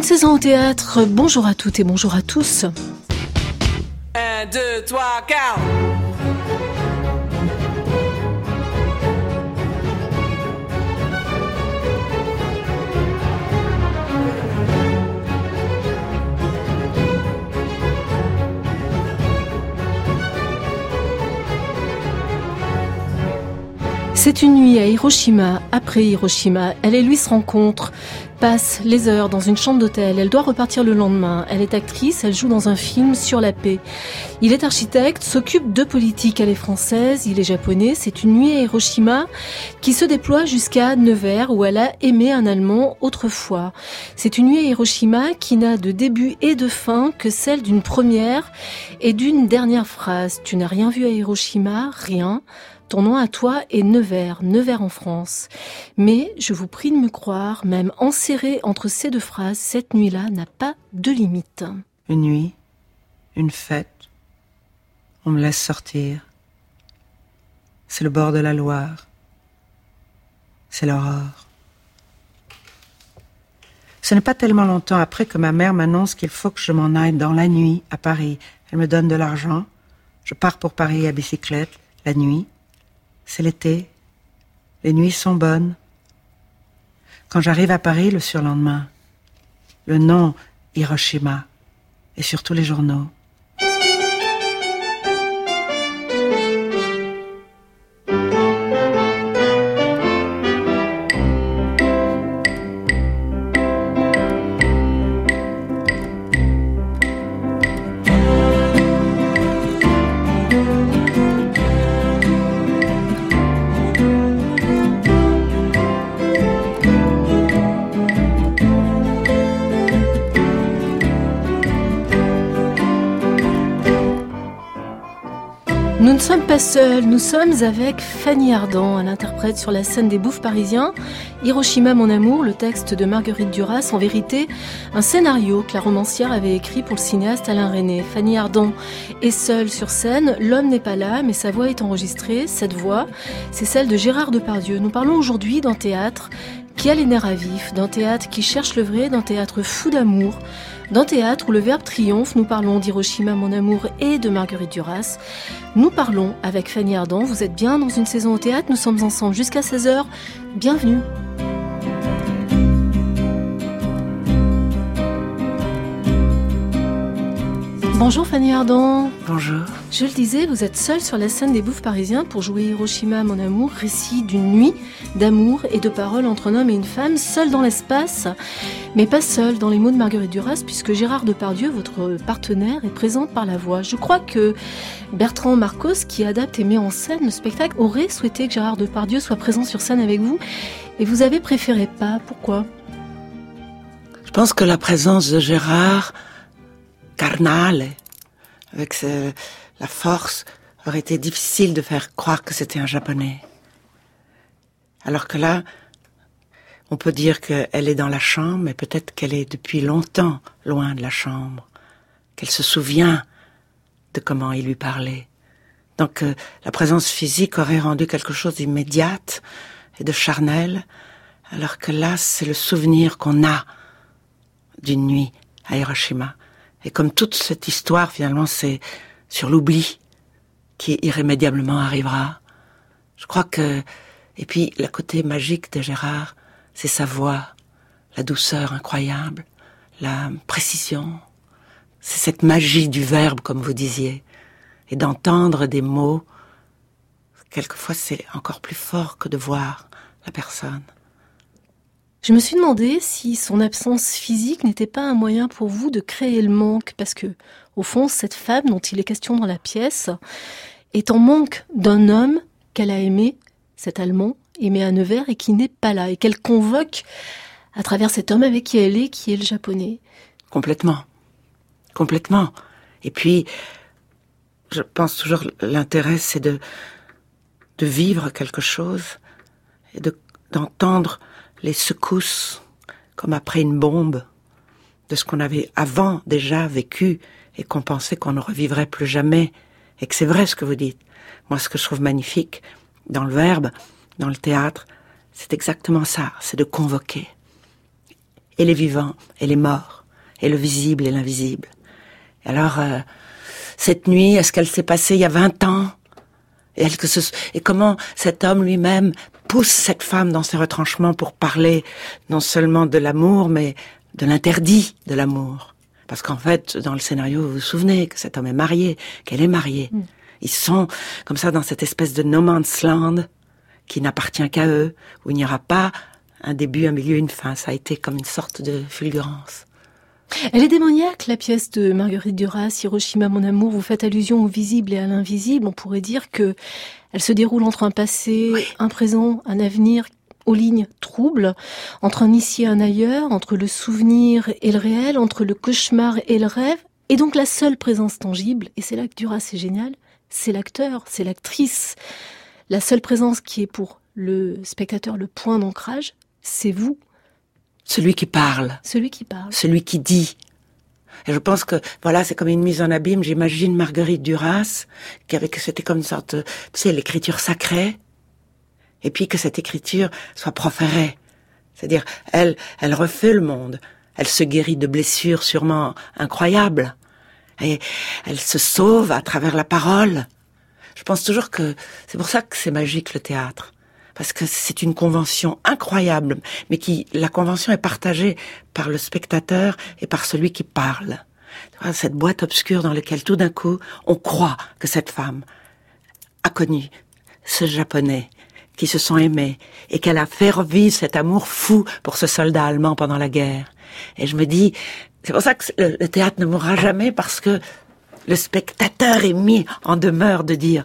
saison au théâtre, bonjour à toutes et bonjour à tous. 1, 2, 3, 4. C'est une nuit à Hiroshima. Après Hiroshima, elle et lui se rencontrent, passent les heures dans une chambre d'hôtel. Elle doit repartir le lendemain. Elle est actrice, elle joue dans un film sur la paix. Il est architecte, s'occupe de politique. Elle est française, il est japonais. C'est une nuit à Hiroshima qui se déploie jusqu'à Nevers où elle a aimé un Allemand autrefois. C'est une nuit à Hiroshima qui n'a de début et de fin que celle d'une première et d'une dernière phrase. Tu n'as rien vu à Hiroshima, rien. Ton nom à toi est Nevers, Nevers en France. Mais je vous prie de me croire, même enserré entre ces deux phrases, cette nuit-là n'a pas de limite. Une nuit, une fête, on me laisse sortir. C'est le bord de la Loire. C'est l'aurore. Ce n'est pas tellement longtemps après que ma mère m'annonce qu'il faut que je m'en aille dans la nuit à Paris. Elle me donne de l'argent. Je pars pour Paris à bicyclette, la nuit. C'est l'été, les nuits sont bonnes. Quand j'arrive à Paris le surlendemain, le nom Hiroshima est sur tous les journaux. Nous ne sommes pas seuls, nous sommes avec Fanny Ardant. Elle interprète sur la scène des Bouffes parisiens Hiroshima mon amour, le texte de Marguerite Duras, en vérité un scénario que la romancière avait écrit pour le cinéaste Alain Resnais. Fanny Ardant est seule sur scène, l'homme n'est pas là mais sa voix est enregistrée. Cette voix, c'est celle de Gérard Depardieu. Nous parlons aujourd'hui d'un théâtre qui a les nerfs à vif, d'un théâtre qui cherche le vrai, d'un théâtre fou d'amour, d'un théâtre où le verbe triomphe. Nous parlons d'Hiroshima mon amour et de Marguerite Duras. Nous parlons avec Fanny Ardant. Vous êtes bien dans une saison au théâtre. Nous sommes ensemble jusqu'à 16h. Bienvenue. Bonjour Fanny Ardant. Bonjour. Je le disais, vous êtes seule sur la scène des Bouffes parisiens pour jouer Hiroshima mon amour, récit d'une nuit d'amour et de paroles entre un homme et une femme, seule dans l'espace, mais pas seule dans les mots de Marguerite Duras, puisque Gérard Depardieu, votre partenaire, est présent par la voix. Je crois que Bertrand Marcos, qui adapte et met en scène le spectacle, aurait souhaité que Gérard Depardieu soit présent sur scène avec vous, et vous avez préféré pas. Pourquoi ? Je pense que la présence de Gérard carnale, avec la force, aurait été difficile de faire croire que c'était un japonais. Alors que là, on peut dire qu'elle est dans la chambre, mais peut-être qu'elle est depuis longtemps loin de la chambre, qu'elle se souvient de comment il lui parlait. Donc la présence physique aurait rendu quelque chose d'immédiat et de charnel, alors que là, c'est le souvenir qu'on a d'une nuit à Hiroshima. Et comme toute cette histoire, finalement, c'est sur l'oubli qui irrémédiablement arrivera. Je crois que... Et puis, le côté magique de Gérard, c'est sa voix, la douceur incroyable, la précision. C'est cette magie du verbe, comme vous disiez. Et d'entendre des mots, quelquefois, c'est encore plus fort que de voir la personne. Je me suis demandé si son absence physique n'était pas un moyen pour vous de créer le manque, parce que, au fond, cette femme dont il est question dans la pièce est en manque d'un homme qu'elle a aimé, cet Allemand, aimé à Nevers, et qui n'est pas là, et qu'elle convoque à travers cet homme avec qui elle est, qui est le Japonais. Complètement. Complètement. Et puis, je pense toujours, l'intérêt, c'est de vivre quelque chose, et d'entendre les secousses, comme après une bombe, de ce qu'on avait avant déjà vécu et qu'on pensait qu'on ne revivrait plus jamais, et que c'est vrai ce que vous dites. Moi, ce que je trouve magnifique dans le verbe, dans le théâtre, c'est exactement ça, c'est de convoquer. et les vivants et les morts, et le visible et l'invisible. Et alors, cette nuit, est-ce qu'elle s'est passée il y a 20 ans? Et comment cet homme lui-même pousse cette femme dans ses retranchements pour parler non seulement de l'amour, mais de l'interdit de l'amour. Parce qu'en fait, dans le scénario, vous vous souvenez que cet homme est marié, qu'elle est mariée. Ils sont comme ça dans cette espèce de no man's land qui n'appartient qu'à eux, où il n'y aura pas un début, un milieu, une fin. Ça a été comme une sorte de fulgurance. Elle est démoniaque, la pièce de Marguerite Duras, Hiroshima, mon amour. Vous faites allusion au visible et à l'invisible. On pourrait dire que elle se déroule entre un passé, un présent, un avenir aux lignes troubles, entre un ici et un ailleurs, entre le souvenir et le réel, entre le cauchemar et le rêve. Et donc la seule présence tangible, et c'est là que Duras est génial, c'est l'acteur, c'est l'actrice. La seule présence qui est pour le spectateur le point d'ancrage, c'est vous. Celui qui parle. Celui qui parle. Celui qui dit. Et je pense que, voilà, c'est comme une mise en abîme. J'imagine Marguerite Duras, c'était comme une sorte, l'écriture sacrée. Et puis que cette écriture soit proférée. C'est-à-dire, elle refait le monde. Elle se guérit de blessures sûrement incroyables. Et elle se sauve à travers la parole. Je pense toujours que c'est pour ça que c'est magique le théâtre. Parce que c'est une convention incroyable, mais la convention est partagée par le spectateur et par celui qui parle. Tu vois, cette boîte obscure dans laquelle tout d'un coup, on croit que cette femme a connu ce Japonais qui se sont aimés et qu'elle a fait revivre cet amour fou pour ce soldat allemand pendant la guerre. Et je me dis, c'est pour ça que le théâtre ne mourra jamais, parce que le spectateur est mis en demeure de dire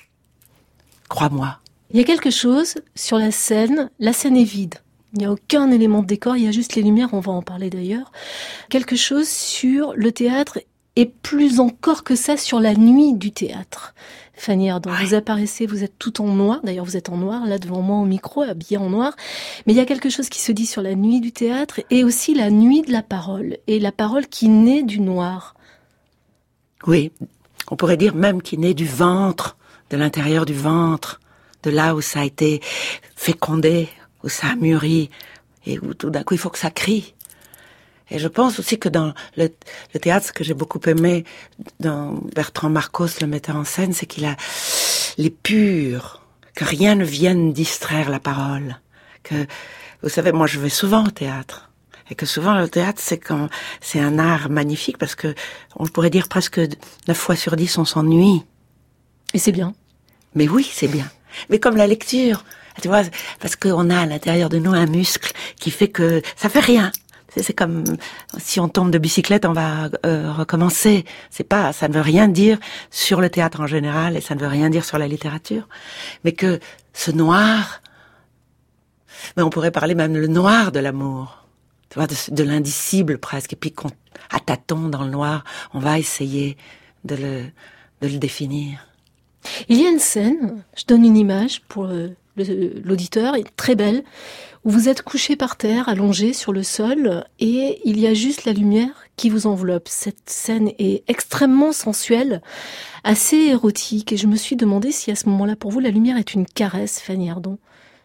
« Crois-moi ». Il y a quelque chose sur la scène est vide. Il n'y a aucun élément de décor, il y a juste les lumières, on va en parler d'ailleurs. Quelque chose sur le théâtre et plus encore que ça sur la nuit du théâtre. Fanny Ardant, vous apparaissez, vous êtes tout en noir, d'ailleurs vous êtes en noir, là devant moi au micro, habillée en noir, mais il y a quelque chose qui se dit sur la nuit du théâtre et aussi la nuit de la parole, et la parole qui naît du noir. Oui, on pourrait dire même qui naît du ventre, de l'intérieur du ventre, de là où ça a été fécondé, où ça a mûri, et où tout d'un coup il faut que ça crie. Et je pense aussi que dans le théâtre, ce que j'ai beaucoup aimé dans Bertrand Marcos, le metteur en scène, c'est qu'il a les purs, que rien ne vienne distraire la parole. Que, vous savez, moi je vais souvent au théâtre. Et que souvent le théâtre, c'est un art magnifique, parce que on pourrait dire presque 9 fois sur 10 on s'ennuie. Et c'est bien. Mais oui, c'est bien. Mais comme la lecture, tu vois, parce qu'on a à l'intérieur de nous un muscle qui fait que ça fait rien. C'est comme si on tombe de bicyclette, on va recommencer. Ça ne veut rien dire sur le théâtre en général, et ça ne veut rien dire sur la littérature. Mais que ce noir, mais on pourrait parler même le noir de l'amour, tu vois, de l'indicible presque. Et puis à tâtons dans le noir, on va essayer de le définir. Il y a une scène, je donne une image pour l'auditeur, très belle, où vous êtes couché par terre, allongé sur le sol, et il y a juste la lumière qui vous enveloppe. Cette scène est extrêmement sensuelle, assez érotique, et je me suis demandé si à ce moment-là, pour vous, la lumière est une caresse, Fanny Ardant.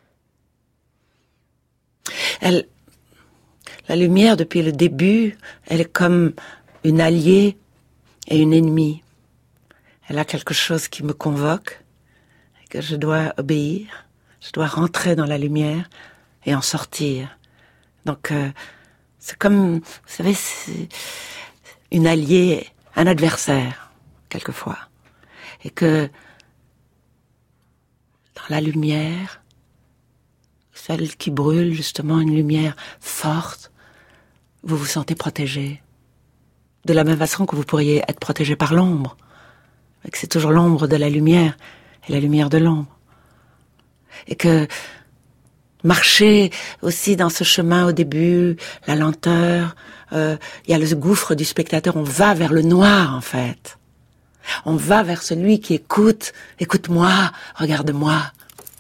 La lumière, depuis le début, elle est comme une alliée et une ennemie. Elle a quelque chose qui me convoque, et que je dois obéir, je dois rentrer dans la lumière et en sortir. Donc, c'est comme, vous savez, c'est une alliée, un adversaire, quelquefois. Et que, dans la lumière, celle qui brûle, justement, une lumière forte, vous vous sentez protégé. De la même façon que vous pourriez être protégé par l'ombre. Et que c'est toujours l'ombre de la lumière et la lumière de l'ombre. Et que marcher aussi dans ce chemin au début, la lenteur, il y a le gouffre du spectateur, on va vers le noir en fait. On va vers celui qui écoute, écoute-moi, regarde-moi.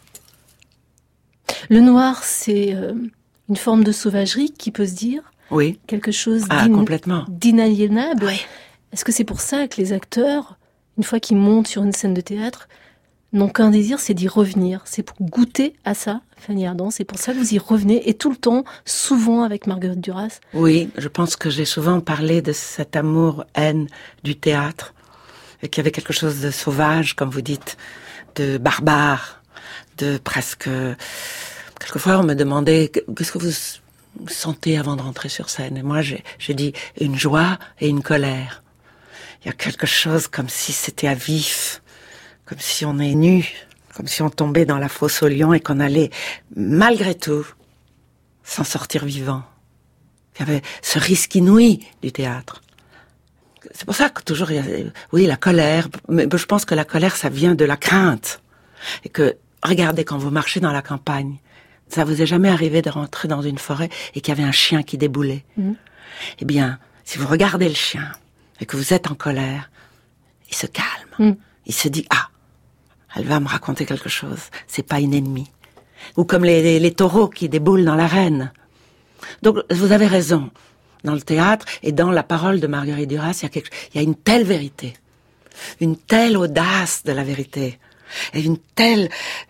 Le noir, c'est une forme de sauvagerie qui peut se dire. Oui. Quelque chose complètement. D'inaliénable. Oui. Est-ce que c'est pour ça que les acteurs, une fois qu'ils montent sur une scène de théâtre, n'ont qu'un désir, c'est d'y revenir. C'est pour goûter à ça, Fanny Ardant. C'est pour ça que vous y revenez. Et tout le temps, souvent avec Marguerite Duras. Oui, je pense que j'ai souvent parlé de cet amour-haine du théâtre. Et qu'il y avait quelque chose de sauvage, comme vous dites, de barbare, de presque... Quelquefois, on me demandait, qu'est-ce que vous sentez avant de rentrer sur scène? Et moi, j'ai dit une joie et une colère. Il y a quelque chose comme si c'était à vif, comme si on est nu, comme si on tombait dans la fosse aux lions et qu'on allait, malgré tout, s'en sortir vivant. Il y avait ce risque inouï du théâtre. C'est pour ça que toujours il y a, oui, la colère, mais je pense que la colère, ça vient de la crainte. Et que, regardez, quand vous marchez dans la campagne, ça vous est jamais arrivé de rentrer dans une forêt et qu'il y avait un chien qui déboulait. Eh bien, si vous regardez le chien et que vous êtes en colère, il se calme. Il se dit, ah, elle va me raconter quelque chose. C'est pas une ennemie. Ou comme les taureaux qui déboulent dans l'arène. Donc, vous avez raison. Dans le théâtre et dans la parole de Marguerite Duras, il y a une telle vérité, une telle audace de la vérité, et une telle...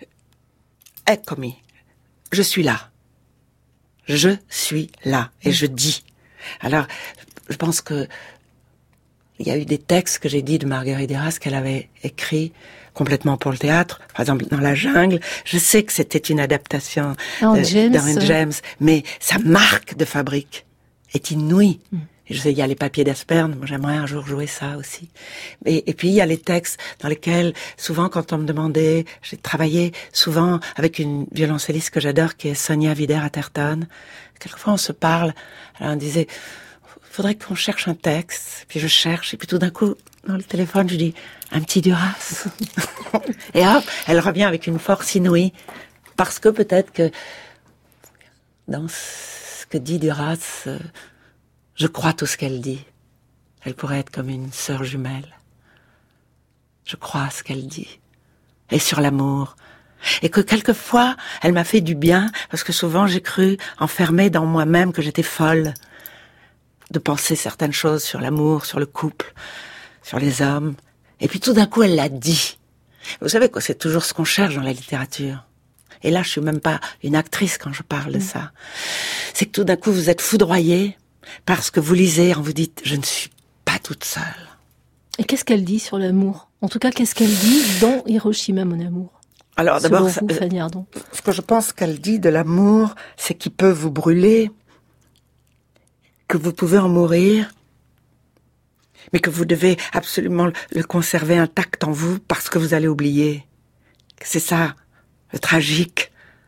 Eccomi, je suis là. Je suis là, et je dis. Alors, je pense que il y a eu des textes que j'ai dit de Marguerite Duras qu'elle avait écrits complètement pour le théâtre. Par exemple, dans La Jungle, je sais que c'était une adaptation d'Henry James, mais sa marque de fabrique est inouïe. Et je sais, il y a les papiers d'Asperne, moi j'aimerais un jour jouer ça aussi. Et puis il y a les textes dans lesquels, souvent quand on me demandait, j'ai travaillé souvent avec une violoncelliste que j'adore, qui est Sonia Wider-Atherton. Quelquefois on se parle, alors on disait, faudrait qu'on cherche un texte, puis je cherche, et puis tout d'un coup, dans le téléphone, je dis, un petit Duras. Et hop, elle revient avec une force inouïe, parce que peut-être que dans ce que dit Duras, je crois tout ce qu'elle dit. Elle pourrait être comme une sœur jumelle. Je crois ce qu'elle dit. Et sur l'amour. Et que quelquefois, elle m'a fait du bien, parce que souvent j'ai cru, enfermée dans moi-même, que j'étais folle de penser certaines choses sur l'amour, sur le couple, sur les hommes. Et puis tout d'un coup, elle l'a dit. Vous savez quoi, c'est toujours ce qu'on cherche dans la littérature. Et là, je suis même pas une actrice quand je parle de ça. C'est que tout d'un coup, vous êtes foudroyé parce que vous lisez, vous dites, je ne suis pas toute seule. Et qu'est-ce qu'elle dit sur l'amour? En tout cas, qu'est-ce qu'elle dit dans Hiroshima, mon amour? Alors d'abord, Fanny Ardant, ce que je pense qu'elle dit de l'amour, c'est qu'il peut vous brûler, que vous pouvez en mourir, mais que vous devez absolument le conserver intact en vous parce que vous allez oublier. C'est ça, le tragique.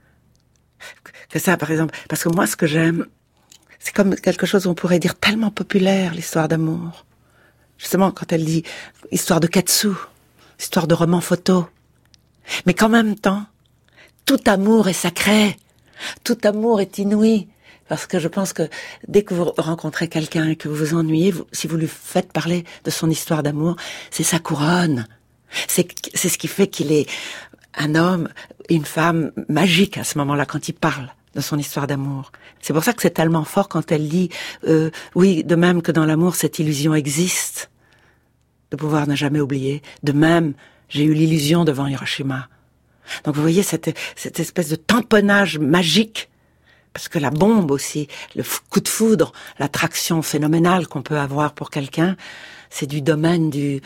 Que ça, par exemple, parce que moi, ce que j'aime, c'est comme quelque chose, on pourrait dire, tellement populaire, l'histoire d'amour. Justement, quand elle dit histoire de Katsu, histoire de roman photo. Mais qu'en même temps, tout amour est sacré, tout amour est inouï. Parce que je pense que dès que vous rencontrez quelqu'un et que vous vous ennuyez, si vous lui faites parler de son histoire d'amour, c'est sa couronne. C'est ce qui fait qu'il est un homme et une femme magique à ce moment-là, quand il parle de son histoire d'amour. C'est pour ça que c'est tellement fort quand elle dit oui, de même que dans l'amour, cette illusion existe, de pouvoir ne jamais oublier. De même, j'ai eu l'illusion devant Hiroshima. Donc vous voyez cette espèce de tamponnage magique, parce que la bombe aussi, le coup de foudre, l'attraction phénoménale qu'on peut avoir pour quelqu'un, c'est du domaine du...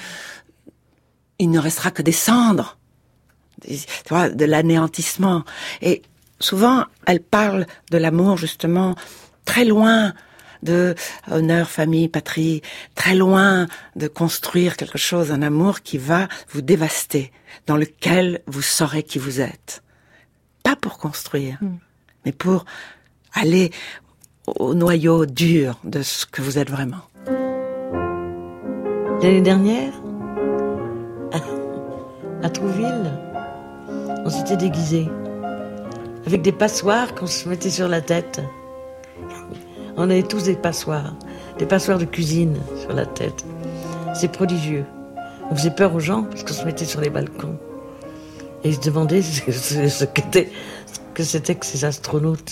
Il ne restera que des cendres, tu vois, de l'anéantissement. Et souvent, elle parle de l'amour, justement, très loin de honneur, famille, patrie, très loin de construire quelque chose, un amour qui va vous dévaster, dans lequel vous saurez qui vous êtes. Pas pour construire, mais pour aller au noyau dur de ce que vous êtes vraiment. L'année dernière, à Trouville, on s'était déguisés, avec des passoires qu'on se mettait sur la tête. On avait tous des passoires de cuisine sur la tête. C'est prodigieux. On faisait peur aux gens parce qu'on se mettait sur les balcons. Et ils se demandaient ce que c'était que ces astronautes.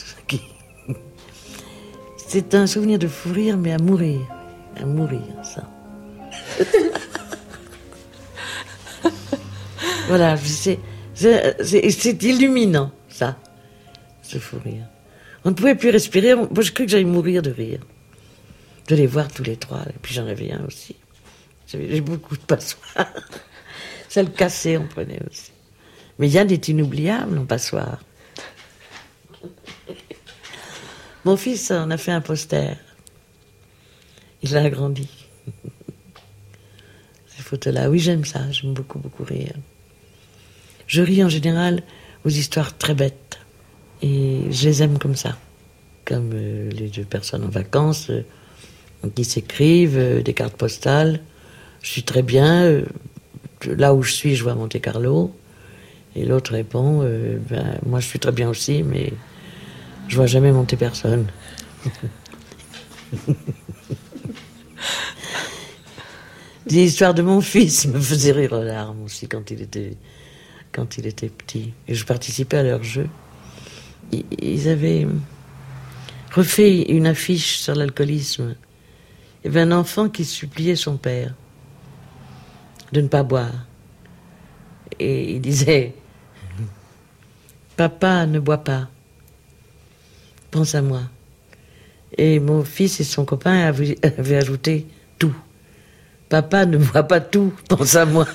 C'est un souvenir de fou rire, mais à mourir, ça. Voilà, c'est illuminant, ça, ce fou rire. On ne pouvait plus respirer, moi je cru que j'allais mourir de rire. De les voir tous les trois, et puis j'en avais un aussi. J'ai beaucoup de passoires. Ça le cassait, on prenait aussi. Mais Yann est inoubliable en passoire. Mon fils en a fait un poster. Il l'a agrandi. Ces photos-là, oui, j'aime ça, j'aime beaucoup, beaucoup rire. Je ris en général aux histoires très bêtes. Et je les aime comme ça. Comme les deux personnes en vacances qui s'écrivent, des cartes postales. Je suis très bien. Là où je suis, je vois Monte Carlo. Et l'autre répond, moi je suis très bien aussi, mais je vois jamais monter personne. L'histoire de mon fils me faisait rire aux larmes aussi quand il était petit. Et je participais à leur jeu. Ils avaient refait une affiche sur l'alcoolisme. Il y avait un enfant qui suppliait son père de ne pas boire. Et il disait « Papa, ne bois pas. Pense à moi. » Et mon fils et son copain avaient ajouté « Tout. Papa, ne bois pas tout. Pense à moi. »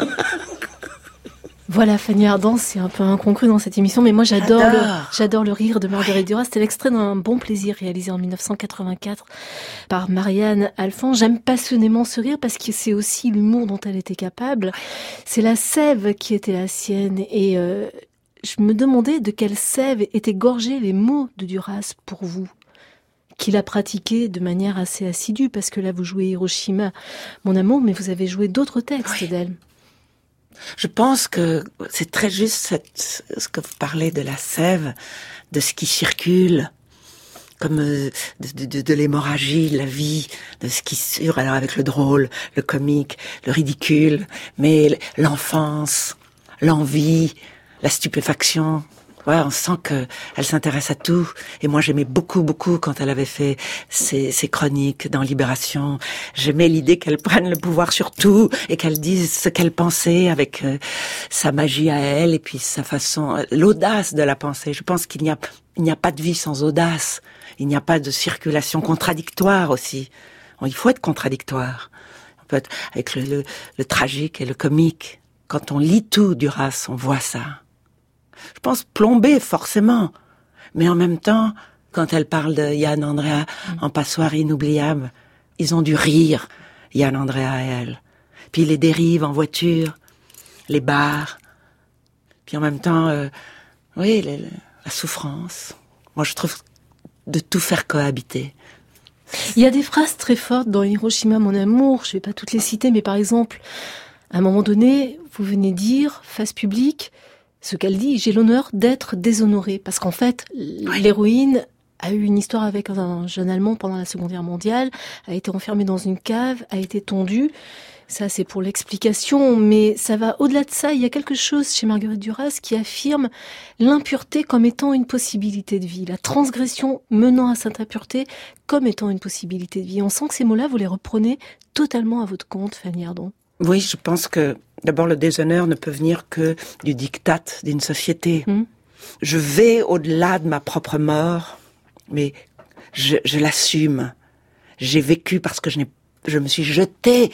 Voilà, Fanny Ardant, c'est un peu incongru dans cette émission, mais moi j'adore le rire de Marguerite Duras. C'était l'extrait d'un Bon plaisir réalisé en 1984 par Marianne Alphand. J'aime passionnément ce rire parce que c'est aussi l'humour dont elle était capable. C'est la sève qui était la sienne et je me demandais de quelle sève étaient gorgés les mots de Duras pour vous, qu'il a pratiqué de manière assez assidue, parce que là vous jouez Hiroshima, mon amour, mais vous avez joué d'autres textes d'elle. Je pense que c'est très juste ce que vous parlez de la sève, de ce qui circule, comme de l'hémorragie, de la vie, de ce qui sur alors avec le drôle, le comique, le ridicule, mais l'enfance, l'envie, la stupéfaction. Ouais, on sent que elle s'intéresse à tout. Et moi, j'aimais beaucoup, beaucoup quand elle avait fait ses chroniques dans Libération. J'aimais l'idée qu'elle prenne le pouvoir sur tout et qu'elle dise ce qu'elle pensait avec sa magie à elle et puis sa façon, l'audace de la pensée. Je pense qu'il n'y a pas de vie sans audace. Il n'y a pas de circulation contradictoire aussi. Il faut être contradictoire. On peut être avec le tragique et le comique. Quand on lit tout Duras, on voit ça. Je pense plomber, forcément. Mais en même temps, quand elle parle de Yann Andrea en passoire inoubliable, ils ont dû rire, Yann Andrea et elle. Puis les dérives en voiture, les bars. Puis en même temps, la souffrance. Moi, je trouve de tout faire cohabiter. Il y a des phrases très fortes dans Hiroshima, mon amour. Je vais pas toutes les citer, mais par exemple, à un moment donné, vous venez dire, face publique, ce qu'elle dit, j'ai l'honneur d'être déshonorée. Parce qu'en fait, l'héroïne a eu une histoire avec un jeune Allemand pendant la Seconde Guerre mondiale, a été enfermée dans une cave, a été tondue. Ça, c'est pour l'explication, mais ça va au-delà de ça. Il y a quelque chose chez Marguerite Duras qui affirme l'impureté comme étant une possibilité de vie, la transgression menant à cette impureté comme étant une possibilité de vie. On sent que ces mots-là, vous les reprenez totalement à votre compte, Fanny Ardant. Oui, je pense que d'abord le déshonneur ne peut venir que du diktat d'une société. Je vais au-delà de ma propre mort, mais je l'assume. J'ai vécu parce que je me suis jetée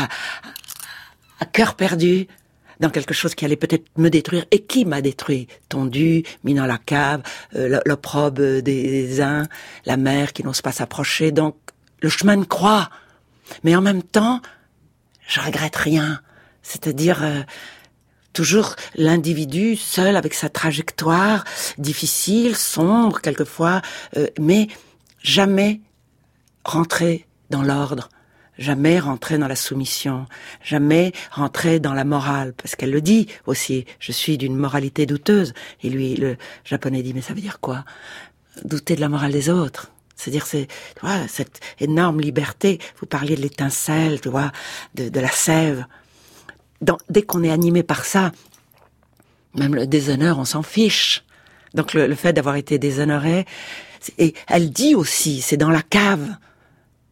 à cœur perdu dans quelque chose qui allait peut-être me détruire et qui m'a détruit. Tondu, mis dans la cave, l'opprobre des uns, la mère qui n'ose pas s'approcher. Donc, le chemin de croix. Mais en même temps, je regrette rien. C'est-à-dire, toujours l'individu seul avec sa trajectoire difficile, sombre quelquefois, mais jamais rentrer dans l'ordre, jamais rentrer dans la soumission, jamais rentrer dans la morale, parce qu'elle le dit aussi, je suis d'une moralité douteuse. Et lui, le japonais dit, mais ça veut dire quoi? Douter de la morale des autres. C'est-à-dire, cette énorme liberté. Vous parliez de l'étincelle, tu vois, de la sève. Dès qu'on est animé par ça, même le déshonneur, on s'en fiche. Donc le fait d'avoir été déshonoré, et elle dit aussi, c'est dans la cave.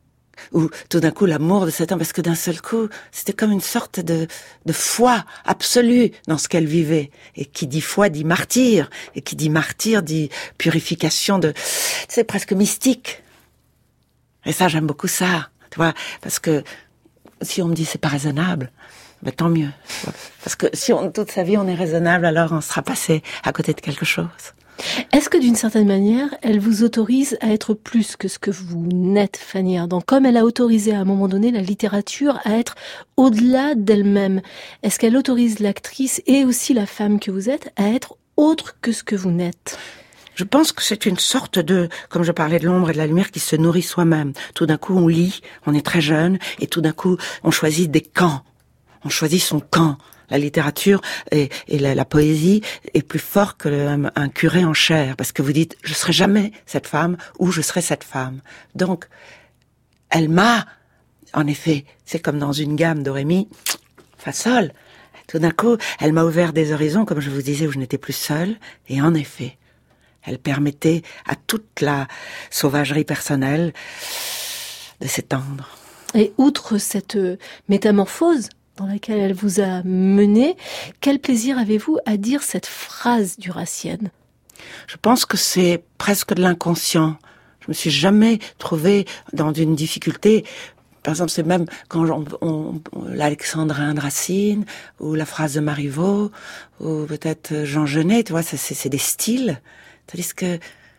où tout d'un coup l'amour de cet homme, parce que d'un seul coup, c'était comme une sorte de foi absolue dans ce qu'elle vivait. Et qui dit foi dit martyr, et qui dit martyr dit purification c'est presque mystique. Et ça, j'aime beaucoup ça, tu vois, parce que si on me dit c'est pas raisonnable, ben tant mieux. Parce que si toute sa vie on est raisonnable, alors on sera passé à côté de quelque chose. Est-ce que d'une certaine manière, elle vous autorise à être plus que ce que vous n'êtes, Fanny Ardant, comme elle a autorisé à un moment donné la littérature à être au-delà d'elle-même? Est-ce qu'elle autorise l'actrice et aussi la femme que vous êtes à être autre que ce que vous n'êtes? Je pense que c'est une sorte de, comme je parlais de l'ombre et de la lumière, qui se nourrit soi-même. Tout d'un coup, on lit, on est très jeune, et tout d'un coup, on choisit des camps. On choisit son camp. La littérature et la poésie est plus fort qu'un curé en chair, parce que vous dites, je serai jamais cette femme, ou je serai cette femme. Donc, elle m'a, en effet, c'est comme dans une gamme do ré mi, fa sol. Tout d'un coup, elle m'a ouvert des horizons, comme je vous disais, où je n'étais plus seule, et en effet, elle permettait à toute la sauvagerie personnelle de s'étendre. Et outre cette métamorphose dans laquelle elle vous a mené, quel plaisir avez-vous à dire cette phrase durassienne? Je pense que c'est presque de l'inconscient. Je me suis jamais trouvée dans une difficulté. Par exemple, c'est même quand l'Alexandrin de Racine, ou la phrase de Marivaux, ou peut-être Jean Genet, tu vois, c'est des styles. Tandis que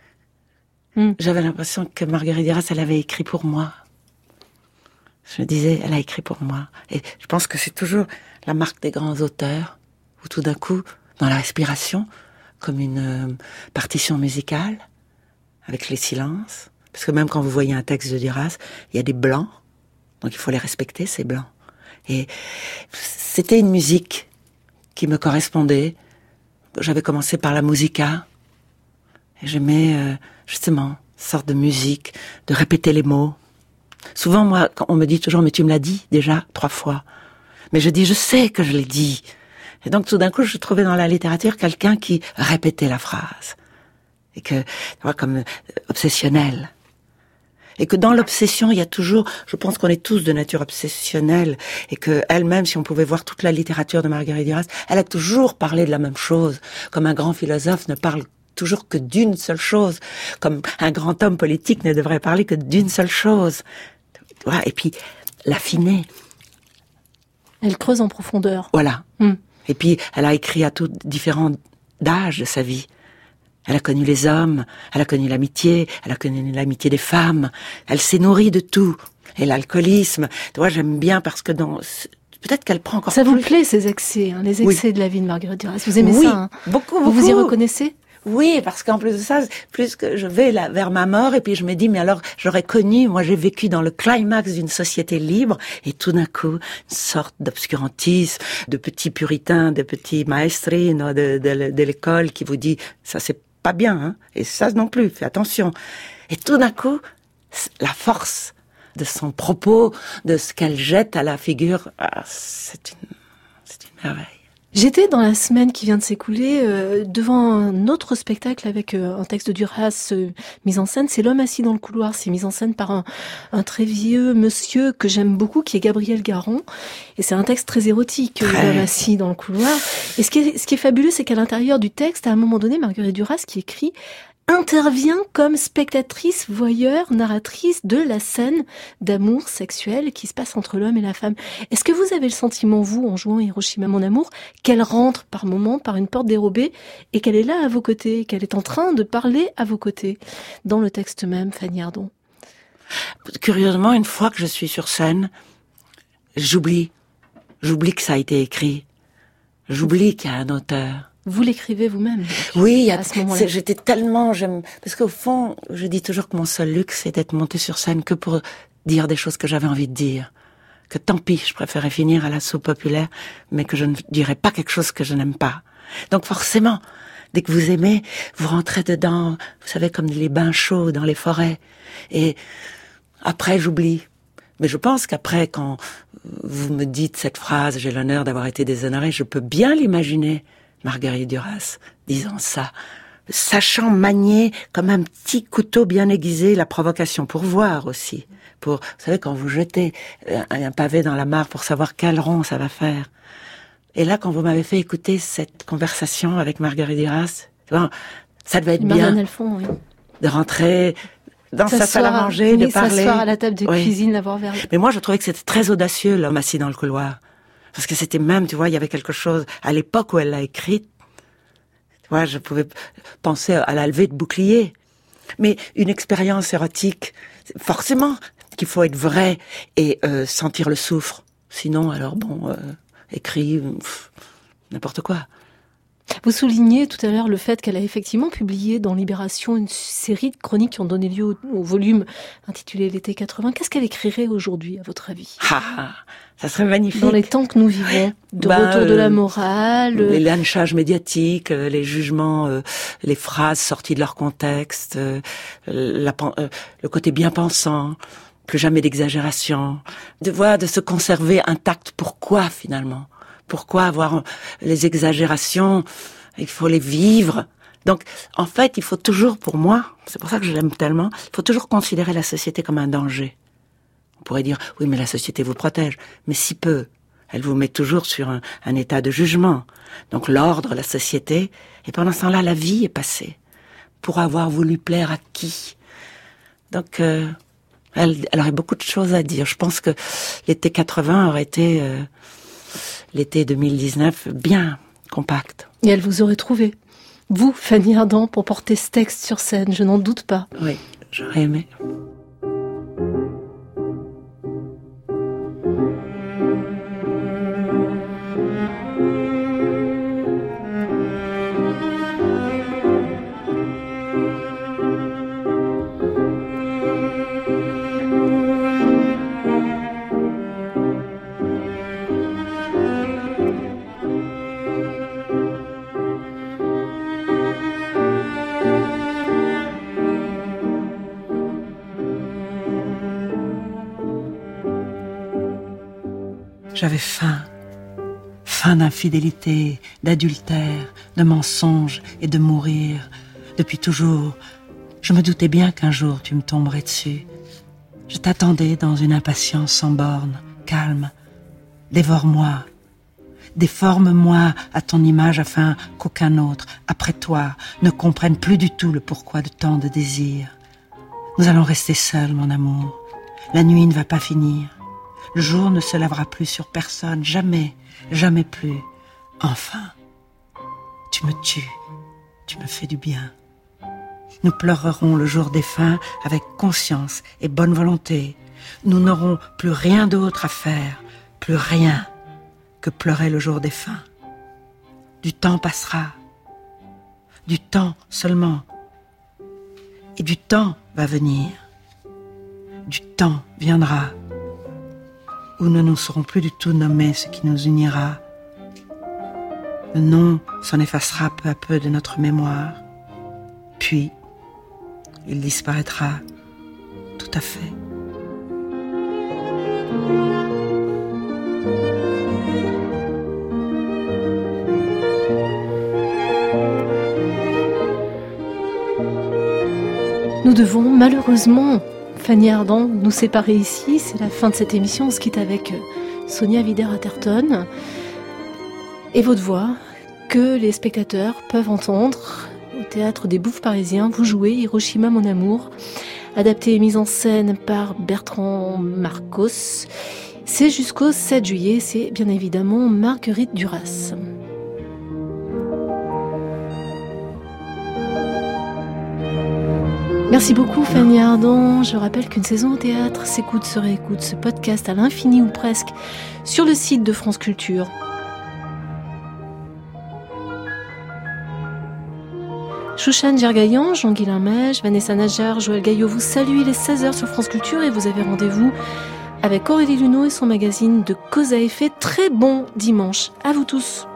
j'avais l'impression que Marguerite Duras, elle avait écrit pour moi. Je me disais, elle a écrit pour moi. Et je pense que c'est toujours la marque des grands auteurs, où tout d'un coup, dans la respiration, comme une partition musicale, avec les silences. Parce que même quand vous voyez un texte de Duras, il y a des blancs, donc il faut les respecter, ces blancs. Et c'était une musique qui me correspondait. J'avais commencé par la musica, et j'aimais justement une sorte de musique, de répéter les mots. Souvent, moi, quand on me dit toujours, mais tu me l'as dit déjà 3 fois. Mais je dis, je sais que je l'ai dit. Et donc, tout d'un coup, je trouvais dans la littérature quelqu'un qui répétait la phrase. Et que, tu vois, comme obsessionnel. Et que dans l'obsession, il y a toujours, je pense qu'on est tous de nature obsessionnelle. Et que elle-même, si on pouvait voir toute la littérature de Marguerite Duras, elle a toujours parlé de la même chose. Comme un grand philosophe ne parle toujours que d'une seule chose. Comme un grand homme politique ne devrait parler que d'une seule chose. Voilà. Et puis, l'affiner. Elle creuse en profondeur. Voilà. Et puis, elle a écrit à tous différents âges de sa vie. Elle a connu les hommes, elle a connu l'amitié, elle a connu l'amitié des femmes. Elle s'est nourrie de tout. Et l'alcoolisme, tu vois, j'aime bien parce que peut-être qu'elle prend encore ça plus. vous plaît, ces excès, les excès de la vie de Marguerite Duras? Vous aimez oui, ça, beaucoup. Vous vous y reconnaissez? Oui, parce qu'en plus de ça, plus que je vais là vers ma mort, et puis je me dis, mais alors, moi j'ai vécu dans le climax d'une société libre, et tout d'un coup, une sorte d'obscurantisme, de petits puritains, de petits maestrines de l'école qui vous dit, ça c'est pas bien, hein, et ça non plus, fais attention. Et tout d'un coup, la force de son propos, de ce qu'elle jette à la figure, c'est une merveille. J'étais dans la semaine qui vient de s'écouler devant un autre spectacle avec un texte de Duras mis en scène. C'est L'homme assis dans le couloir. C'est mis en scène par un très vieux monsieur que j'aime beaucoup, qui est Gabriel Garon. Et c'est un texte très érotique, L'homme assis dans le couloir. Et ce qui est fabuleux, c'est qu'à l'intérieur du texte, à un moment donné, Marguerite Duras, qui écrit, intervient comme spectatrice, voyeur, narratrice de la scène d'amour sexuel qui se passe entre l'homme et la femme. Est-ce que vous avez le sentiment, vous, en jouant Hiroshima mon amour, qu'elle rentre par moments par une porte dérobée et qu'elle est là à vos côtés, qu'elle est en train de parler à vos côtés, dans le texte même, Fanny Ardant? Curieusement, une fois que je suis sur scène, j'oublie que ça a été écrit. J'oublie qu'il y a un auteur. Vous l'écrivez vous-même? Oui, à ce moment-là. J'étais tellement, parce qu'au fond, je dis toujours que mon seul luxe, c'est d'être montée sur scène que pour dire des choses que j'avais envie de dire. Que tant pis, je préférais finir à la soupe populaire, mais que je ne dirais pas quelque chose que je n'aime pas. Donc forcément, dès que vous aimez, vous rentrez dedans, vous savez, comme les bains chauds dans les forêts. Et après, j'oublie. Mais je pense qu'après, quand vous me dites cette phrase, j'ai l'honneur d'avoir été déshonorée, je peux bien l'imaginer, Marguerite Duras disant ça sachant manier comme un petit couteau bien aiguisé la provocation, pour voir aussi. Vous savez, quand vous jetez un pavé dans la mare pour savoir quel rond ça va faire. Et là, quand vous m'avez fait écouter cette conversation avec Marguerite Duras, ça devait être bien oui. de rentrer dans sa salle à manger, de parler. S'asseoir à la table de cuisine, l'avoir vers. Mais moi, je trouvais que c'était très audacieux, l'homme assis dans le couloir. Parce que c'était même, tu vois, il y avait quelque chose, à l'époque où elle l'a écrite, tu vois, je pouvais penser à la levée de bouclier. Mais une expérience érotique, forcément qu'il faut être vrai et sentir le souffre. Sinon, alors écrit, n'importe quoi. Vous soulignez tout à l'heure le fait qu'elle a effectivement publié dans Libération une série de chroniques qui ont donné lieu au volume intitulé L'été 80. Qu'est-ce qu'elle écrirait aujourd'hui, à votre avis ? Ça serait magnifique. Dans les temps que nous vivons, de retour de la morale... Les lynchages médiatiques, les jugements, les phrases sorties de leur contexte, le côté bien pensant, plus jamais d'exagération, de se conserver intact. Pourquoi, finalement ? Pourquoi avoir les exagérations ? Il faut les vivre. Donc, en fait, il faut toujours, pour moi, c'est pour ça que je l'aime tellement, il faut toujours considérer la société comme un danger. On pourrait dire, oui, mais la société vous protège. Mais si peu. Elle vous met toujours sur un état de jugement. Donc, l'ordre, la société, et pendant ce temps-là, la vie est passée. Pour avoir voulu plaire à qui ? Donc, elle aurait beaucoup de choses à dire. Je pense que l'été 80 aurait été... l'été 2019, bien compact. Et elle vous aurait trouvé, vous, Fanny Ardant, pour porter ce texte sur scène, je n'en doute pas. Oui, j'aurais aimé. J'avais faim d'infidélité, d'adultère, de mensonges et de mourir. Depuis toujours, je me doutais bien qu'un jour tu me tomberais dessus. Je t'attendais dans une impatience sans borne, calme. Dévore-moi, déforme-moi à ton image afin qu'aucun autre, après toi, ne comprenne plus du tout le pourquoi de tant de désirs. Nous allons rester seuls, mon amour. La nuit ne va pas finir. Le jour ne se lèvera plus sur personne, jamais, jamais plus. Enfin, tu me tues, tu me fais du bien. Nous pleurerons le jour défunt avec conscience et bonne volonté. Nous n'aurons plus rien d'autre à faire, plus rien que pleurer le jour défunt. Du temps passera, du temps seulement. Et du temps va venir, du temps viendra. Où ne nous saurons plus du tout nommer ce qui nous unira. Le nom s'en effacera peu à peu de notre mémoire. Puis, il disparaîtra tout à fait. Nous devons malheureusement, Fanny Ardant, nous séparer ici. C'est la fin de cette émission. On se quitte avec Sonia Wider-Atherton et votre voix que les spectateurs peuvent entendre au Théâtre des Bouffes Parisiens. Vous jouez Hiroshima mon amour, adapté et mise en scène par Bertrand Marcos. C'est jusqu'au 7 juillet. C'est bien évidemment Marguerite Duras. Merci beaucoup Fanny Ardant. Je rappelle qu'une saison au théâtre s'écoute, se réécoute, ce podcast à l'infini ou presque sur le site de France Culture. Chouchane Gergaillan, Jean-Guilain Mège, Vanessa Najar, Joël Gaillot vous saluent. Il est 16h sur France Culture et vous avez rendez-vous avec Aurélie Luneau et son magazine de Cause à effet. Très bon dimanche à vous tous.